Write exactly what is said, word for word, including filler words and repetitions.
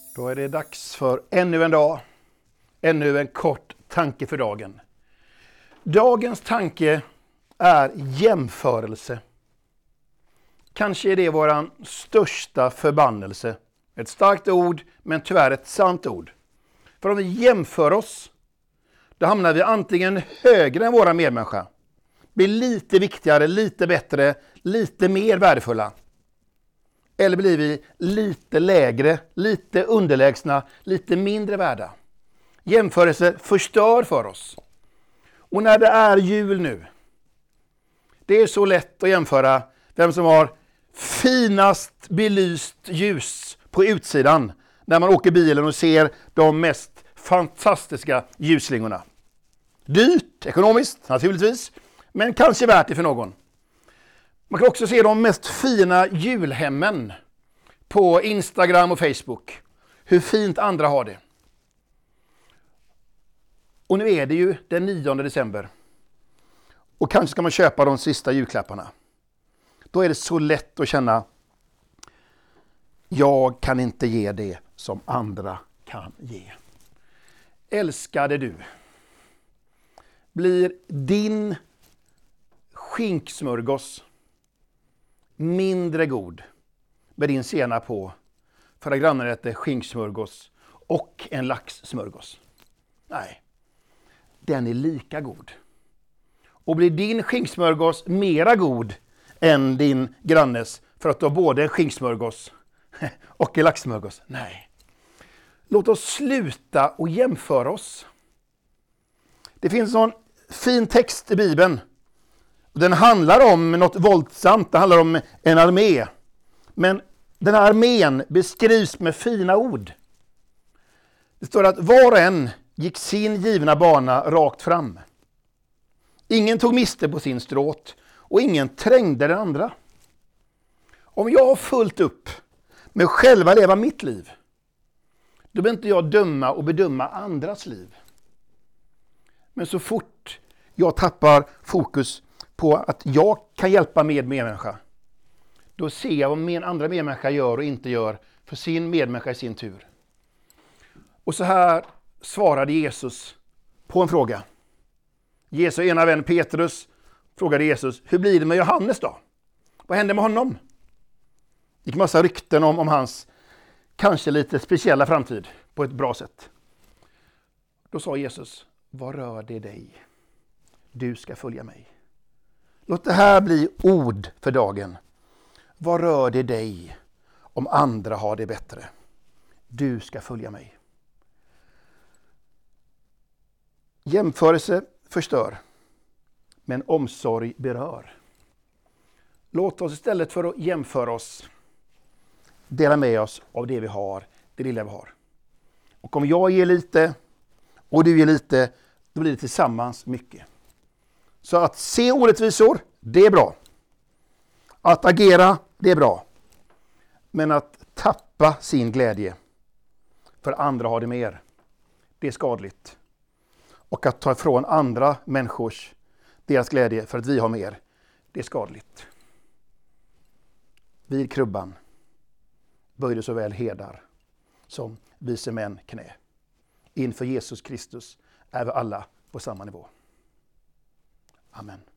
Då är det dags för ännu en dag, ännu en kort tanke för dagen. Dagens tanke är jämförelse. Kanske är det våran största förbannelse. Ett starkt ord, men tyvärr ett sant ord. För om vi jämför oss, då hamnar vi antingen högre än våra medmänniska, blir lite viktigare, lite bättre, lite mer värdefulla. Eller blir vi lite lägre, lite underlägsna, lite mindre värda. Jämförelse förstör för oss. Och när det är jul nu, det är så lätt att jämföra vem som har finast belyst ljus på utsidan när man åker bilen och ser de mest fantastiska ljusslingorna. Dyrt, ekonomiskt naturligtvis, men kanske värt det för någon. Man kan också se de mest fina julhemmen på Instagram och Facebook. Hur fint andra har det. Och nu är det ju den nionde december. Och kanske ska man köpa de sista julklapparna. Då är det så lätt att känna: jag kan inte ge det som andra kan ge. Älskade du, blir din skinksmörgås mindre god med din senap på för att grannen äter skinksmörgås och en laxsmörgås? Nej, den är lika god. Och blir din skinksmörgås mera god än din grannes för att du har både en skinksmörgås och en laxsmörgås? Nej. Låt oss sluta och jämföra oss. Det finns en sån fin text i Bibeln. Den handlar om något våldsamt, det handlar om en armé. Men den här armén beskrivs med fina ord. Det står att var och en gick sin givna bana rakt fram. Ingen tog miste på sin stråt och ingen trängde den andra. Om jag har fullt upp med att själva leva mitt liv, då behöver inte jag döma och bedöma andras liv. Men så fort jag tappar fokus på att jag kan hjälpa med medmänniska, då ser jag vad min andra medmänniska gör och inte gör för sin medmänniska i sin tur. Och så här svarade Jesus på en fråga. Jesu ena vän Petrus frågade Jesus: hur blir det med Johannes då? Vad hände med honom? Det gick massa rykten om, om hans kanske lite speciella framtid på ett bra sätt. Då sa Jesus: vad rör det dig? Du ska följa mig. Låt det här bli ord för dagen. Vad rör det dig om andra har det bättre? Du ska följa mig. Jämförelse förstör, men omsorg berör. Låt oss istället för att jämföra oss dela med oss av det vi har, det lilla vi har. Och om jag ger lite och du ger lite, då blir det tillsammans mycket. Så att se orättvisor, det är bra. Att agera, det är bra. Men att tappa sin glädje för andra har det mer, det är skadligt. Och att ta ifrån andra människors deras glädje för att vi har mer, det är skadligt. Vid krubban böjde såväl herdar som vise män knä. Inför Jesus Kristus är vi alla på samma nivå. Amen.